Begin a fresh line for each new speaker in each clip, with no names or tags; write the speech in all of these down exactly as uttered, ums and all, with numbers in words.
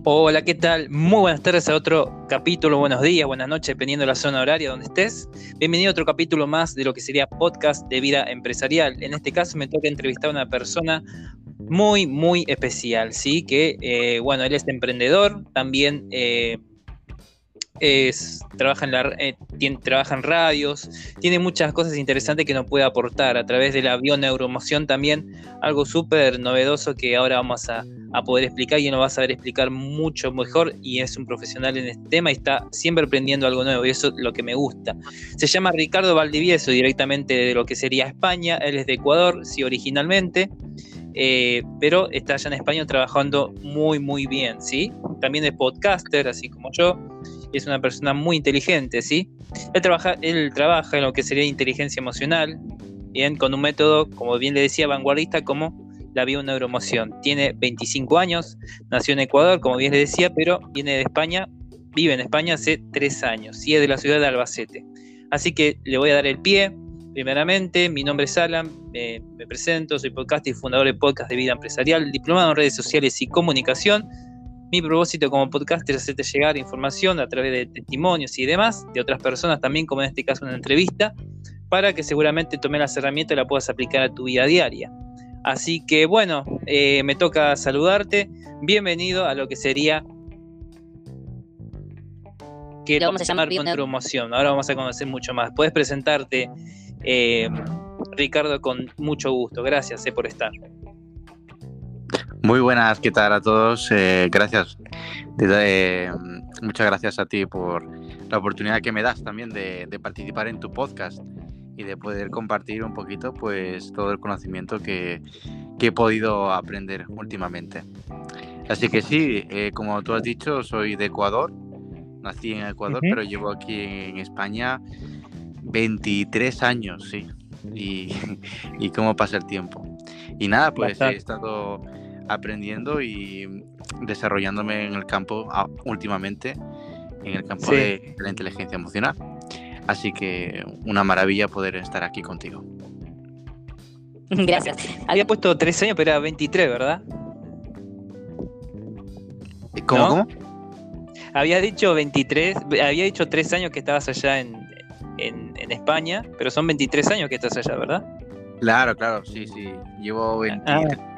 Hola, ¿qué tal? Muy buenas tardes a otro capítulo, buenos días, buenas noches, dependiendo de la zona horaria donde estés. Bienvenido a otro capítulo más de lo que sería podcast de vida empresarial. En este caso me toca entrevistar a una persona muy, muy especial, ¿sí? Que, eh, bueno, él es emprendedor, también eh, es, trabaja, en la, eh, tiene, trabaja en radios, tiene muchas cosas interesantes que nos puede aportar a través de la bioneuromoción también, algo súper novedoso que ahora vamos a, a poder explicar y él nos va a saber explicar mucho mejor y es un profesional en este tema y está siempre aprendiendo algo nuevo y eso es lo que me gusta. Se llama Ricardo Valdivieso, directamente de lo que sería España, él es de Ecuador, sí, originalmente. Eh, pero está allá en España trabajando muy muy bien, ¿sí? También es podcaster, así como yo, y es una persona muy inteligente, ¿sí? Él trabaja, él trabaja en lo que sería inteligencia emocional, bien, con un método, como bien le decía, vanguardista como la bioneuromoción. Tiene veinticinco años, nació en Ecuador, como bien le decía, pero viene de España, vive en España hace tres años, sí, es de la ciudad de Albacete. Así que le voy a dar el pie. Primeramente, mi nombre es Alan, eh, me presento, soy podcaster y fundador de Podcast de Vida Empresarial, diplomado en redes sociales y comunicación. Mi propósito como podcaster es hacerte llegar información a través de testimonios y demás, de otras personas también, como en este caso una entrevista, para que seguramente tomes las herramientas y las puedas aplicar a tu vida diaria. Así que bueno, eh, me toca saludarte, bienvenido a lo que sería que vamos a llamar bioneuromoción. Ahora vamos a conocer mucho más. Puedes presentarte, eh, Ricardo, con mucho gusto. Gracias eh, por estar.
Muy buenas, ¿qué tal a todos? Eh, gracias. Eh, muchas gracias a ti por la oportunidad que me das también de, de participar en tu podcast y de poder compartir un poquito pues todo el conocimiento que, que he podido aprender últimamente. Así que sí, eh, como tú has dicho, soy de Ecuador. Nací en Ecuador, uh-huh. pero llevo aquí en España veintitrés años, sí. Y, y cómo pasa el tiempo. Y nada, pues Bastante. he estado aprendiendo y desarrollándome en el campo últimamente, en el campo sí. de la inteligencia emocional. Así que una maravilla poder estar aquí contigo.
Gracias. Había puesto tres años, pero era veintitrés, ¿verdad?
¿Cómo, ¿No? cómo?
Había dicho veintitrés, había dicho tres años que estabas allá en, en, en España, pero son veintitrés años que estás allá, ¿verdad?
Claro, claro, sí, sí. Llevo veintitrés. Ah.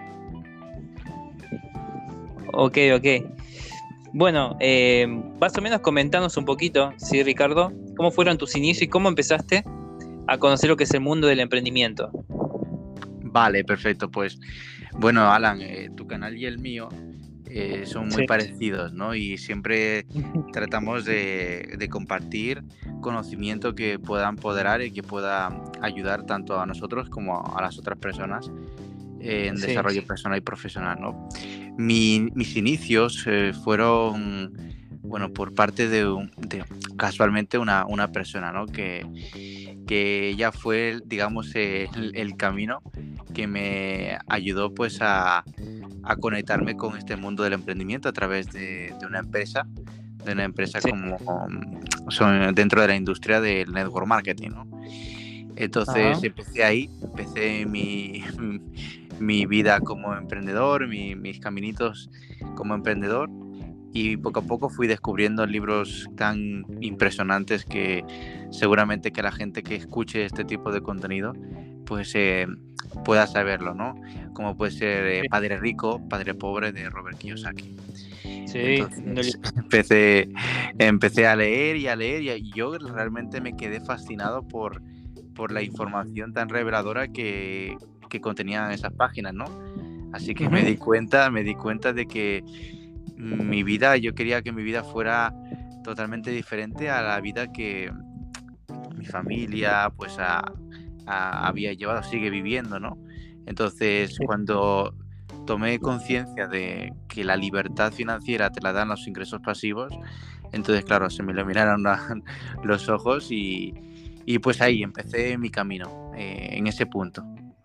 Ok, ok. Bueno, eh, más o menos comentanos un poquito, ¿sí, Ricardo? ¿Cómo fueron tus inicios y cómo empezaste a conocer lo que es el mundo del emprendimiento?
Vale, perfecto. Pues, bueno, Alan, eh, tu canal y el mío eh, son muy sí. parecidos, ¿no? Y siempre tratamos de, de compartir conocimiento que pueda empoderar y que pueda ayudar tanto a nosotros como a las otras personas en sí. desarrollo personal y profesional, ¿no? Mi, mis inicios eh, fueron, bueno, por parte de, un, de casualmente una, una persona, ¿no? Que, que ella fue, digamos, el, el camino que me ayudó, pues, a, a conectarme con este mundo del emprendimiento a través de, de una empresa, de una empresa sí. como son dentro de la industria del network marketing, ¿no? Entonces, Ajá. empecé ahí, empecé mi, mi vida como emprendedor, mi, mis caminitos como emprendedor y poco a poco fui descubriendo libros tan impresionantes que seguramente que la gente que escuche este tipo de contenido pues eh, pueda saberlo, ¿no? Como puede ser eh, Padre Rico, Padre Pobre de Robert Kiyosaki. Sí, Entonces, no... empecé, empecé a leer y a leer y yo realmente me quedé fascinado por por la información tan reveladora que, que contenían esas páginas, ¿no? Así que uh-huh. me di cuenta, me di cuenta de que mi vida, yo quería que mi vida fuera totalmente diferente a la vida que mi familia, pues, a, a, había llevado, sigue viviendo, ¿no? Entonces, sí. cuando tomé conciencia de que la libertad financiera te la dan los ingresos pasivos, entonces, claro, se me iluminaron los ojos y Y pues ahí empecé mi camino, eh, en ese punto.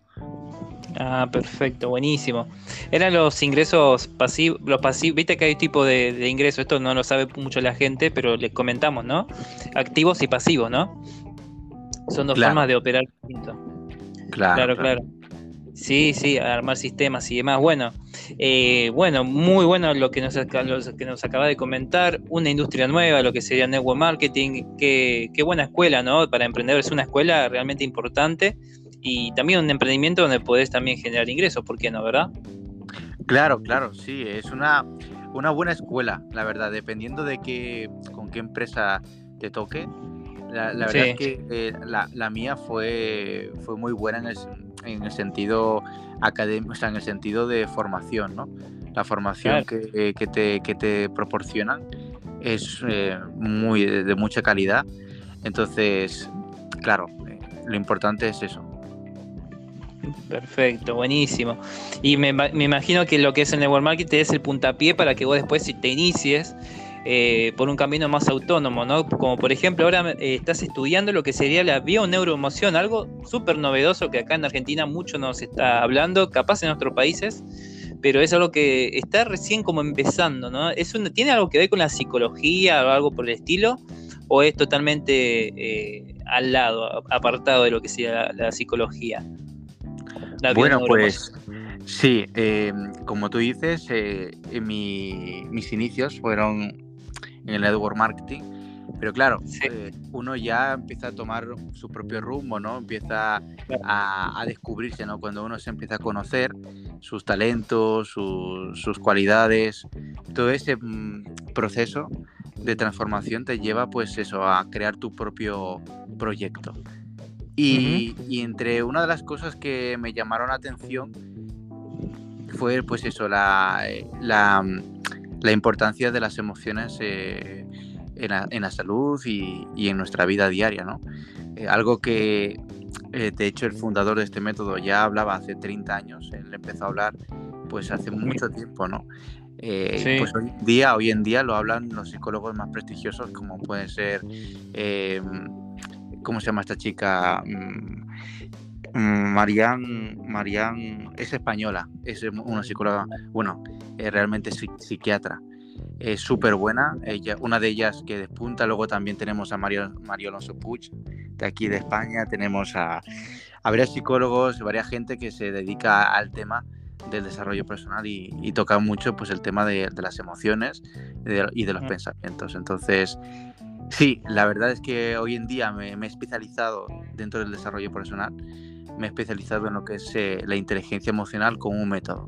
Ah, perfecto, buenísimo. Eran los ingresos pasivos, los pasivos, viste que hay tipo de, de ingresos, esto no lo sabe mucho la gente, pero les comentamos, ¿no? Activos y pasivos, ¿no? Son dos claro. formas de operar distinto.
Claro,
claro, claro. Sí, sí, armar sistemas y demás. Bueno, eh, bueno, muy bueno lo que nos, aca- lo que nos acaba de comentar. Una industria nueva, lo que sería network marketing. Qué, qué buena escuela, ¿no? Para emprendedores, es una escuela realmente importante y también un emprendimiento donde podés también generar ingresos, ¿por qué no, verdad?
Claro, claro, sí, es una, una buena escuela, la verdad, dependiendo de qué, con qué empresa te toque. La, la verdad es
Sí,
que eh, la, la mía fue, fue muy buena en el, en el sentido académico, o sea, en el sentido de formación, ¿no? La formación
claro.
que, eh, que te, que te proporcionan es eh, muy de, de mucha calidad. Entonces, claro, eh, lo importante es eso.
Perfecto, buenísimo. Y me, ma- me imagino que lo que es el network marketing es el puntapié para que vos después si te inicies eh, por un camino más autónomo, ¿no? Como por ejemplo ahora eh, estás estudiando lo que sería la bioneuroemoción, algo súper novedoso que acá en Argentina mucho nos está hablando, capaz en otros países, pero es algo que está recién como empezando, ¿no? ¿Es un- ¿Tiene algo que ver con la psicología o algo por el estilo? ¿O es totalmente eh, al lado, a- apartado de lo que sería la, la psicología, la
Bueno,
bioneuroemoción?
pues sí, eh, como tú dices, eh, en mi- mis inicios fueron en el network marketing, pero claro,
Sí,
eh, uno ya empieza a tomar su propio rumbo, ¿no? Empieza
claro.
a, a descubrirse, ¿no? Cuando uno se empieza a conocer sus talentos, sus, sus cualidades, todo ese mm, proceso de transformación te lleva, pues eso, a crear tu propio proyecto.
Ujú.
Y, y entre una de las cosas que me llamaron la atención fue pues eso, la, eh, la, mm, la importancia de las emociones eh, en, la, en la salud y, y en nuestra vida diaria, ¿no? Eh, algo que, eh, de hecho, el fundador de este método ya hablaba hace treinta años, él empezó a hablar pues hace mucho tiempo, ¿no? Eh,
Sí,
pues hoy en día, hoy en día lo hablan los psicólogos más prestigiosos como pueden ser, eh, ¿cómo se llama esta chica? Mm, Marian, Marian es española, es una psicóloga, bueno, es realmente psi- psiquiatra. Es súper buena, ella, una de ellas que despunta. Luego también tenemos a Mario, Mario Alonso Puig, de aquí de España. Tenemos a, a varios psicólogos, varias gente que se dedica al tema del desarrollo personal y, y toca mucho pues, el tema de, de las emociones de, y de los pensamientos. Entonces, sí, la verdad es que hoy en día me, me he especializado dentro del desarrollo personal, me he especializado en lo que es eh, la inteligencia emocional como un método.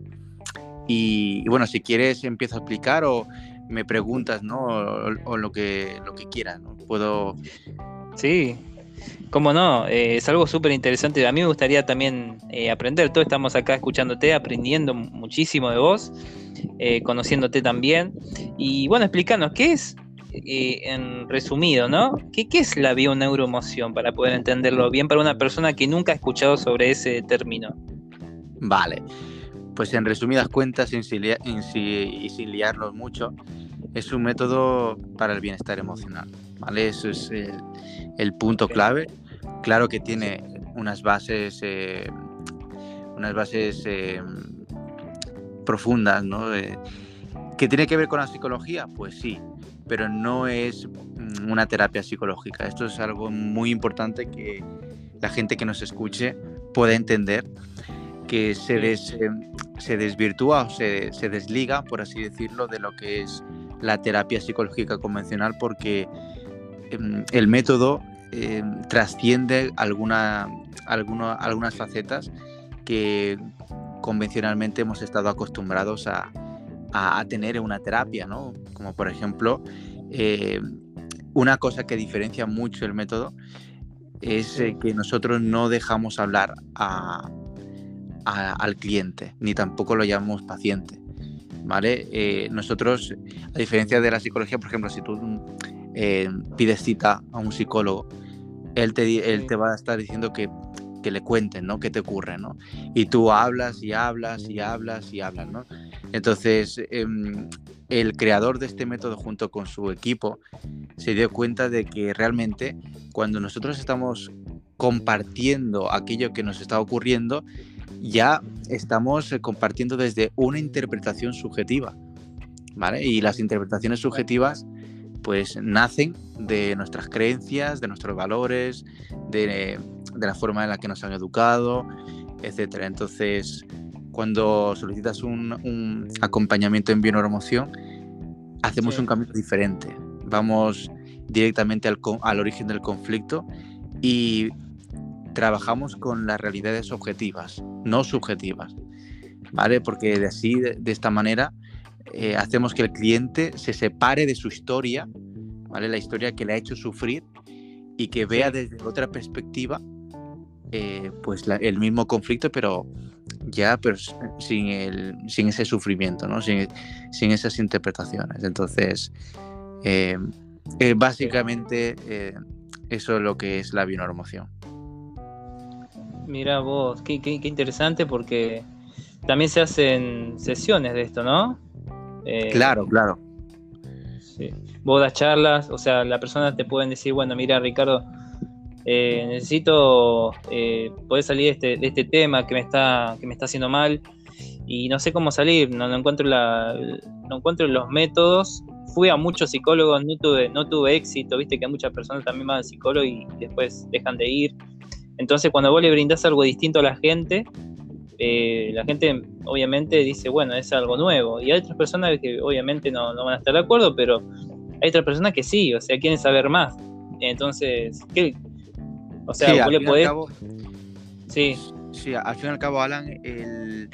Y, y bueno, si quieres empiezo a explicar o me preguntas, ¿no? O, o lo que lo que quieras, ¿no? Puedo.
sí, cómo no, eh, es algo súper interesante. A mí me gustaría también eh, aprender. Todos estamos acá escuchándote, aprendiendo muchísimo de vos, eh, conociéndote también. Y bueno, explícanos, ¿qué es, eh, en resumido, ¿no? ¿Qué, qué es la bioneuroemoción para poder entenderlo bien para una persona que nunca ha escuchado sobre ese término?
Vale, pues en resumidas cuentas sin sin lia- en sí- y sin liarnos mucho, es un método para el bienestar emocional, ¿vale? Eso es el, el punto
Bien.
clave. Claro que
Sí.
tiene unas bases, eh, unas bases eh, profundas, ¿no? Eh, ¿Que tiene que ver con la psicología? Pues sí, pero no es mm, una terapia psicológica. Esto es algo muy importante que la gente que nos escuche pueda entender, que se,
Sí.
des, eh, se desvirtúa o se, se desliga, por así decirlo, de lo que es la terapia psicológica convencional, porque eh, el método eh, trasciende alguna, alguna, algunas facetas que convencionalmente hemos estado acostumbrados a, a, a tener una terapia, ¿no? Como por ejemplo, eh, una cosa que diferencia mucho el método es
Sí.
eh, que nosotros no dejamos hablar a, a, al cliente, ni tampoco lo llamamos paciente, ¿vale? Eh, nosotros, a diferencia de la psicología, por ejemplo, si tú eh, pides cita a un psicólogo, él te, él
Sí.
te va a estar diciendo que, que le cuenten, ¿no? ¿Qué te ocurre, ¿no? Y tú hablas y hablas y hablas y hablas, ¿no? Entonces, eh, el creador de este método junto con su equipo se dio cuenta de que realmente cuando nosotros estamos compartiendo aquello que nos está ocurriendo, ya estamos compartiendo desde una interpretación subjetiva, ¿vale? Y las interpretaciones subjetivas pues nacen de nuestras creencias, de nuestros valores, de, de la forma en la que nos han educado etcétera. Entonces, cuando solicitas un, un acompañamiento en bioneuromoción, hacemos
Sí.
un camino diferente. Vamos directamente al, al origen del conflicto y trabajamos con las realidades objetivas, no subjetivas, ¿vale? Porque de así, de, de esta manera, eh, hacemos que el cliente se separe de su historia, ¿vale? La historia que le ha hecho sufrir, y que vea
Sí.
desde otra perspectiva eh, pues la, el mismo conflicto, pero ya pero sin, el, sin ese sufrimiento, ¿no? Sin, sin esas interpretaciones. Entonces, eh, eh, básicamente eh, eso es lo que es la bioneuromoción.
Mira vos, qué, qué, qué interesante, porque también se hacen sesiones de esto, ¿no? Eh,
claro, claro.
Sí. Vos das charlas, o sea, la persona te pueden decir, bueno, mira, Ricardo, eh, necesito eh, poder salir de este, de este tema que me está que me está haciendo mal y no sé cómo salir, no, no encuentro la, no encuentro los métodos. Fui a muchos psicólogos, no tuve, no tuve éxito, viste que muchas personas también van al psicólogo y después dejan de ir. Entonces, cuando vos le brindás algo distinto a la gente, eh, la gente obviamente dice, bueno, es algo nuevo. Y hay otras personas que obviamente no, no van a estar de acuerdo, pero hay otras personas que sí, o sea, quieren saber más. Entonces, ¿qué? O sea,
Sí,
vos
al
le
fin y al
podés...
cabo,
Sí,
sí, al fin y al cabo, Alan, el,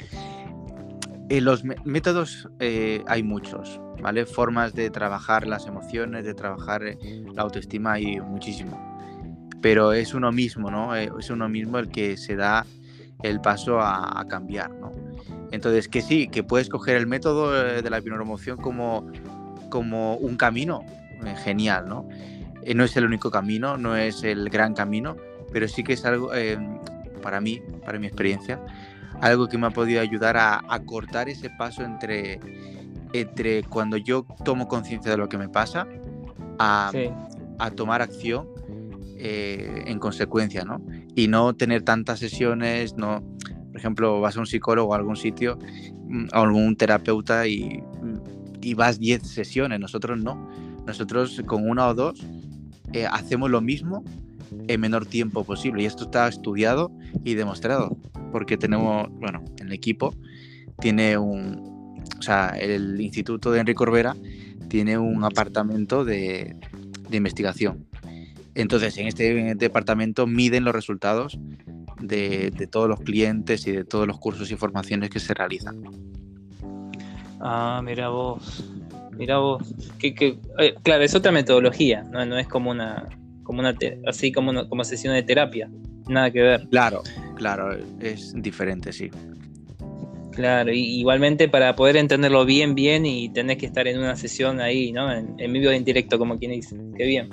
el, los métodos eh, hay muchos, ¿vale? Formas de trabajar las emociones, de trabajar la autoestima, hay muchísimo. Pero es uno mismo, ¿no? Es uno mismo el que se da el paso a, a cambiar, ¿no? Entonces, que sí, que puedes coger el método de la bioneuromoción como, como un camino, eh, genial, ¿no? Eh, no es el único camino, no es el gran camino, pero sí que es algo, eh, para mí, para mi experiencia, algo que me ha podido ayudar a, a cortar ese paso entre, entre cuando yo tomo conciencia de lo que me pasa a,
sí.
a tomar acción eh, en consecuencia, ¿no? Y no tener tantas sesiones, no, por ejemplo, vas a un psicólogo o a algún sitio, a algún terapeuta y, y vas diez sesiones, nosotros no. Nosotros con una o dos eh, hacemos lo mismo en menor tiempo posible, y esto está estudiado y demostrado, porque tenemos, bueno, el equipo tiene un, o sea, el Instituto de Enrique Corbera tiene un apartamento de, de investigación. Entonces, en este departamento miden los resultados de, de todos los clientes y de todos los cursos y formaciones que se realizan.
Ah, mira vos, mira vos. Que, que, eh, claro, es otra metodología, no, no es como una, como una te, así como una, como sesión de terapia, nada que ver.
Claro, claro, es diferente, sí.
Claro, y, igualmente para poder entenderlo bien, bien, y tenés que estar en una sesión ahí, ¿no? En, en vivo y en directo, como quien dice. Qué bien.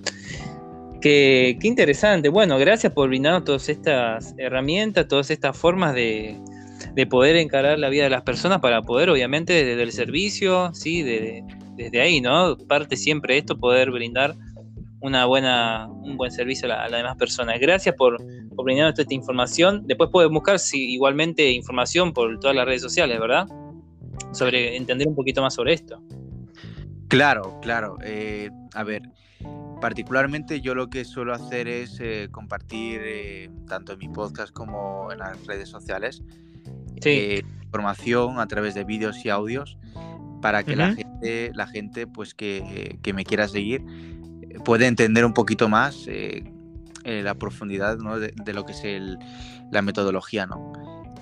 Qué, qué interesante. Bueno, gracias por brindarnos todas estas herramientas, todas estas formas de, de poder encarar la vida de las personas para poder, obviamente, desde el servicio, sí, de, desde ahí, ¿no? Parte siempre de esto, poder brindar una buena, un buen servicio a, la, a las demás personas. Gracias por, por brindarnos toda esta información. Después pueden buscar sí, igualmente información por todas las redes sociales, ¿verdad? Sobre entender un poquito más sobre esto.
Claro, claro. Eh, a ver, particularmente yo lo que suelo hacer es eh, compartir eh, tanto en mi podcast como en las redes sociales
Sí.
eh, información a través de vídeos y audios para que uh-huh. la gente, la gente pues que, que me quiera seguir puede entender un poquito más eh, eh, la profundidad, ¿no? de, de lo que es el, la metodología, ¿no?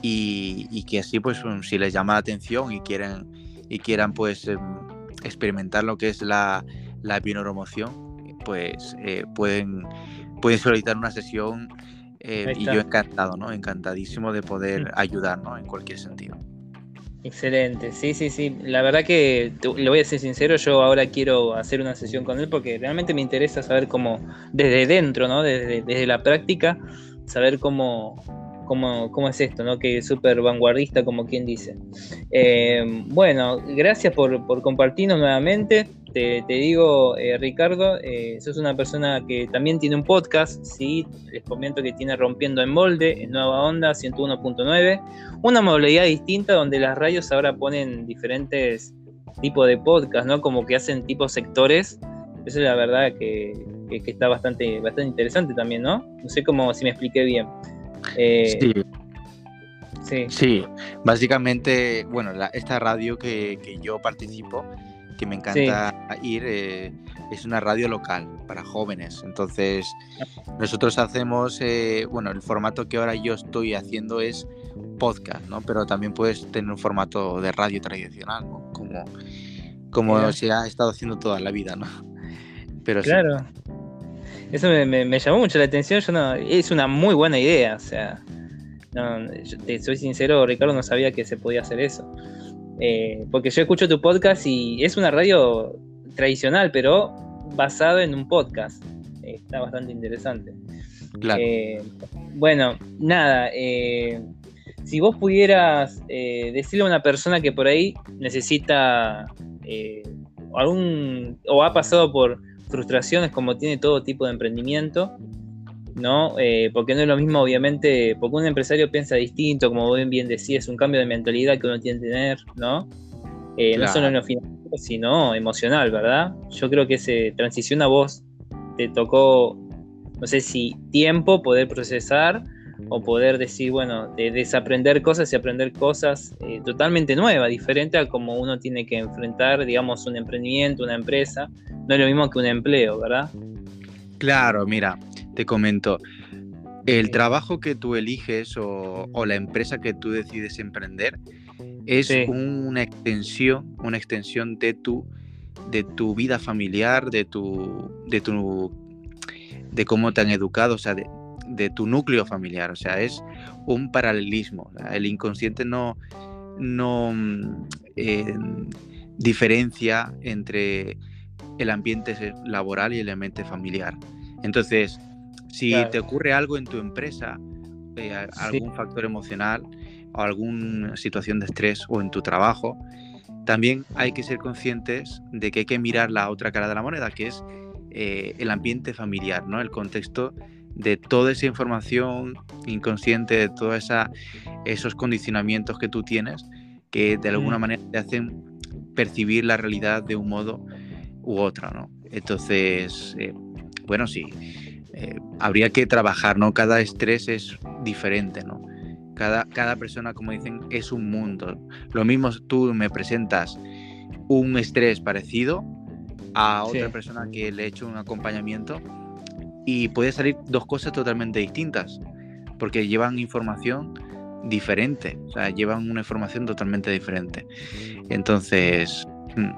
Y, y que así pues si les llama la atención y quieren y quieran pues eh, experimentar lo que es la, la bioneuromoción, pues eh, pueden, pueden solicitar una sesión eh, y yo encantado, ¿no? Encantadísimo de poder sí. ayudar, ¿no? En cualquier sentido.
Excelente, sí, sí, sí. La verdad que, te, le voy a ser sincero, yo ahora quiero hacer una sesión con él porque realmente me interesa saber cómo, desde dentro, ¿no? Desde, desde la práctica, saber cómo, cómo, cómo es esto, ¿no? Que es súper vanguardista, como quien dice. Eh, bueno, gracias por, por compartirnos nuevamente. Te, te digo, eh, Ricardo, eh, sos una persona que también tiene un podcast, ¿sí? Les comento que tiene Rompiendo en Molde, en Nueva Onda ciento uno punto nueve, una modalidad distinta donde las radios ahora ponen diferentes tipos de podcast, ¿no? Como que hacen tipos sectores. Eso es la verdad que, que, que está bastante, bastante interesante también, ¿no? No sé cómo, si me expliqué bien. Eh,
sí.
Sí.
Sí, básicamente, bueno, la- esta radio que, que yo participo, que me encanta sí. ir, eh, es una radio local para jóvenes. Entonces, nosotros hacemos, eh, bueno, el formato que ahora yo estoy haciendo es podcast, ¿no? Pero también puedes tener un formato de radio tradicional, ¿no? Como, como se ha estado haciendo toda la vida, ¿no? Pero
claro. Sí. Eso me, me, me llamó mucho la atención. Yo no, es una muy buena idea, o sea, no, yo te soy sincero, Ricardo, no sabía que se podía hacer eso. Eh, porque yo escucho tu podcast y es una radio tradicional, pero basado en un podcast. Eh, está bastante interesante.
Claro.
Eh, bueno, nada, eh, si vos pudieras eh, decirle a una persona que por ahí necesita eh, algún o ha pasado por frustraciones como tiene todo tipo de emprendimiento, ¿no? Eh, porque no es lo mismo, obviamente, porque un empresario piensa distinto, como bien, bien decías, es un cambio de mentalidad que uno tiene que tener, ¿no? Eh, claro. No solo en lo financiero, sino emocional, ¿verdad? Yo creo que esa transición a vos te tocó, no sé si tiempo, poder procesar o poder decir, bueno, de desaprender cosas y aprender cosas eh, totalmente nuevas, diferente a como uno tiene que enfrentar, digamos, un emprendimiento, una empresa. No es lo mismo que un empleo, ¿verdad?
Claro, mira, te comento. El trabajo que tú eliges o, o la empresa que tú decides emprender es sí. una extensión, una extensión de tu, de tu vida familiar, de tu, de tu, de cómo te han educado, o sea, de, de tu núcleo familiar. O sea, es un paralelismo. El inconsciente no, no eh, diferencia entre el ambiente laboral y el ambiente familiar. Entonces, si claro. te ocurre algo en tu empresa, eh, algún sí. factor emocional o alguna situación de estrés o en tu trabajo, también hay que ser conscientes de que hay que mirar la otra cara de la moneda, que es eh, el ambiente familiar, ¿no? El contexto de toda esa información inconsciente, de todos esos condicionamientos que tú tienes, que de alguna mm. manera te hacen percibir la realidad de un modo u otro, ¿no? Entonces, eh, bueno, sí, eh, habría que trabajar, ¿no? Cada estrés es diferente, ¿no? Cada, cada persona, como dicen, es un mundo. Lo mismo tú me presentas un estrés parecido a otra sí. persona que le he hecho un acompañamiento y puede salir dos cosas totalmente distintas, porque llevan información diferente, o sea, llevan una información totalmente diferente. Entonces... Hmm.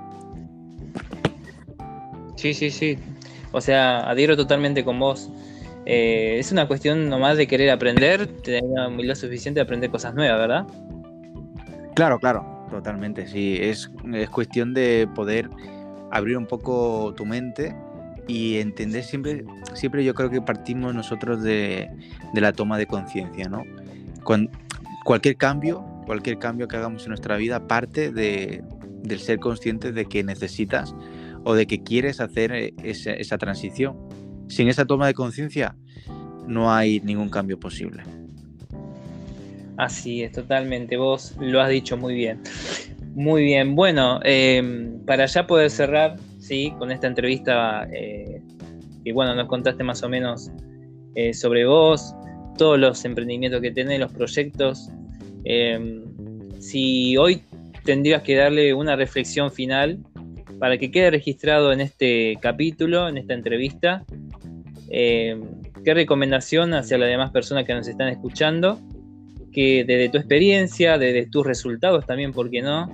Sí, sí, sí. O sea, adhiero totalmente con vos. Eh, es una cuestión nomás de querer aprender, tener la humildad suficiente de aprender cosas nuevas, ¿verdad?
Claro, claro, totalmente, sí. Es, es cuestión de poder abrir un poco tu mente y entender siempre, siempre yo creo que partimos nosotros de, de la toma de conciencia, ¿no? Cuando, cualquier cambio, cualquier cambio que hagamos en nuestra vida parte de, del ser conscientes de que necesitas o de que quieres hacer esa, esa transición. Sin esa toma de conciencia no hay ningún cambio posible.
Así es, totalmente. Vos lo has dicho muy bien. Muy bien. Bueno, eh, para ya poder cerrar, ¿sí? Con esta entrevista, eh, que bueno, nos contaste más o menos eh, sobre vos, todos los emprendimientos que tenés, los proyectos. Eh, si hoy tendrías que darle una reflexión final para que quede registrado en este capítulo, en esta entrevista, eh, ¿qué recomendación hacia las demás personas que nos están escuchando? Que desde tu experiencia, desde tus resultados también, ¿por qué no?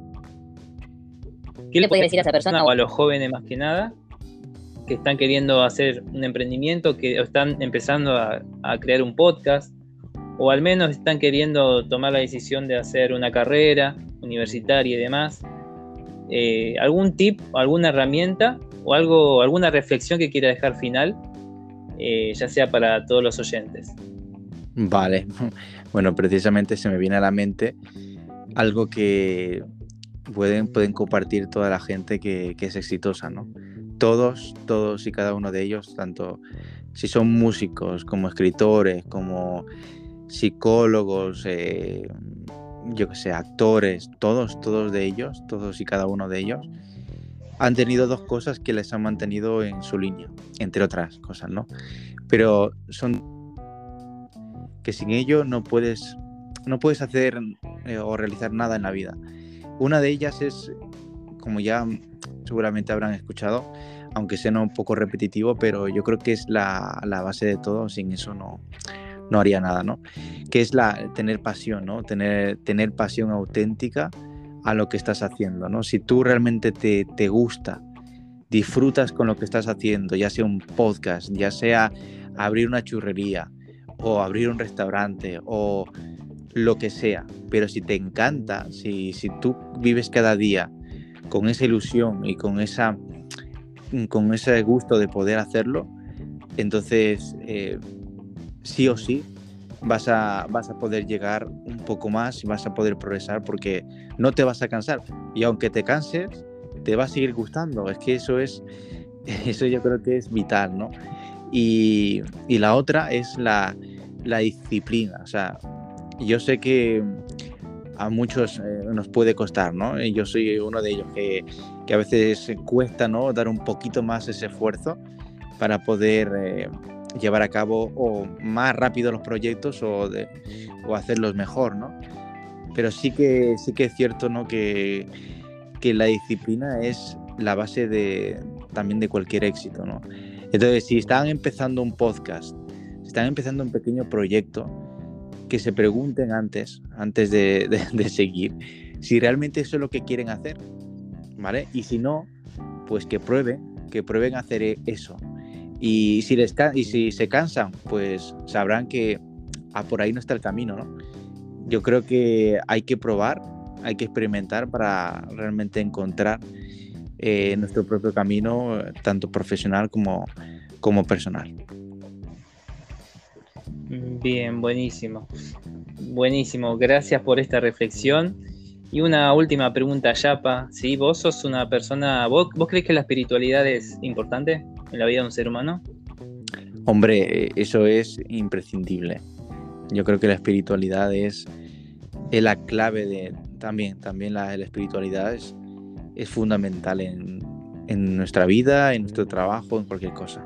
¿Qué le puedes decir a esa persona o a los jóvenes más que nada que están queriendo hacer un emprendimiento, que están empezando a, a crear un podcast, o al menos están queriendo tomar la decisión de hacer una carrera universitaria y demás? Eh, ¿algún tip, alguna herramienta o algo, alguna reflexión que quiera dejar final, eh, ya sea para todos los oyentes?
Vale, bueno, precisamente se me viene a la mente algo que pueden, pueden compartir toda la gente que, que es exitosa, ¿no? Todos, todos y cada uno de ellos, tanto si son músicos, como escritores, como psicólogos, eh, yo que sé, actores, todos, todos de ellos, todos y cada uno de ellos, han tenido dos cosas que les han mantenido en su línea, entre otras cosas, ¿no? Pero son que sin ello no puedes no puedes hacer eh, o realizar nada en la vida. Una de ellas es, como ya seguramente habrán escuchado, aunque sea un poco repetitivo, pero yo creo que es la, la base de todo. Sin eso no, no haría nada, ¿no? Que es la, tener pasión, ¿no? Tener, tener pasión auténtica a lo que estás haciendo, ¿no? Si tú realmente te, te gusta, disfrutas con lo que estás haciendo, ya sea un podcast, ya sea abrir una churrería o abrir un restaurante o lo que sea, pero si te encanta, si, si tú vives cada día con esa ilusión y con, esa, con ese gusto de poder hacerlo, entonces eh, sí o sí vas a, vas a poder llegar un poco más y vas a poder progresar porque no te vas a cansar. Y aunque te canses, te va a seguir gustando. Es que eso es, eso yo creo que es vital, ¿no? Y, y la otra es la, la disciplina. O sea, yo sé que a muchos eh, nos puede costar, ¿no? Y yo soy uno de ellos que, que a veces cuesta, ¿no? Dar un poquito más ese esfuerzo para poder eh, llevar a cabo o más rápido los proyectos o, de, o hacerlos mejor, ¿no? Pero sí que, sí que es cierto, ¿no? Que, que la disciplina es la base de, también de cualquier éxito, ¿no? Entonces, si están empezando un podcast, si están empezando un pequeño proyecto, que se pregunten antes, antes de, de, de seguir, si realmente eso es lo que quieren hacer, ¿vale? Y si no, pues que prueben, que prueben hacer eso. Y si, les, y si se cansan, pues sabrán que ah, por ahí no está el camino, ¿no? Yo creo que hay que probar, hay que experimentar para realmente encontrar eh, nuestro propio camino, tanto profesional como, como personal.
Bien, buenísimo. Buenísimo, gracias por esta reflexión. Y una última pregunta, Yapa, ¿sí? ¿Vos sos una persona, vos, vos crees que la espiritualidad es importante en la vida de un ser humano?
Hombre, eso es imprescindible. Yo creo que la espiritualidad es, es la clave de, también, también la, la espiritualidad es, es fundamental en, en nuestra vida, en nuestro trabajo, en cualquier cosa.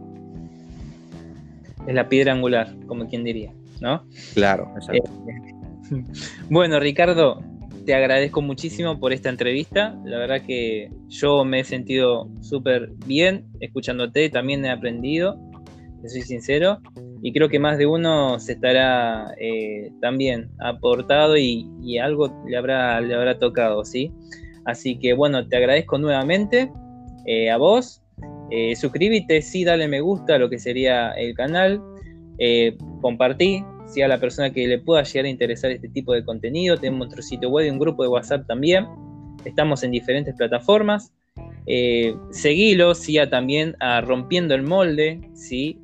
Es la piedra angular, como quien diría, ¿no?
Claro, exacto.
Eh, bueno, Ricardo, te agradezco muchísimo por esta entrevista. La verdad que yo me he sentido súper bien escuchándote, también he aprendido, te soy sincero, y creo que más de uno se estará eh, también aportado y, y algo le habrá, le habrá tocado, ¿sí? Así que bueno, te agradezco nuevamente eh, a vos. Eh, suscríbete, sí, dale me gusta a lo que sería el canal, eh, compartí, si a la persona que le pueda llegar a interesar este tipo de contenido. Tenemos nuestro sitio web y un grupo de WhatsApp también, estamos en diferentes plataformas, eh, seguilo, siga también a Rompiendo el Molde, ¿sí?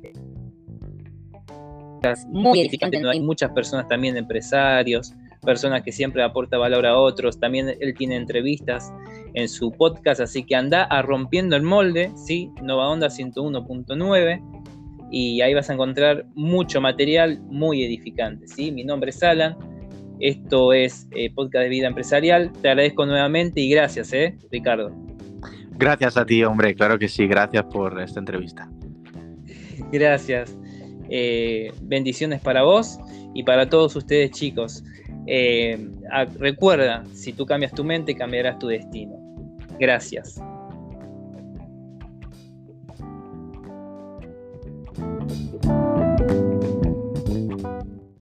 Muy edificante, ¿no? Hay muchas personas también, empresarios, personas que siempre aportan valor a otros, también él tiene entrevistas en su podcast, así que anda a Rompiendo el Molde, ¿sí? Nova Onda ciento uno punto nueve, y ahí vas a encontrar mucho material muy edificante, ¿sí? Mi nombre es Alan, esto es eh, Podcast de Vida Empresarial, te agradezco nuevamente y gracias, ¿eh, Ricardo?
Gracias a ti, hombre, claro que sí, gracias por esta entrevista.
Gracias, eh, bendiciones para vos y para todos ustedes, chicos. Eh, recuerda, si tú cambias tu mente, cambiarás tu destino. Gracias.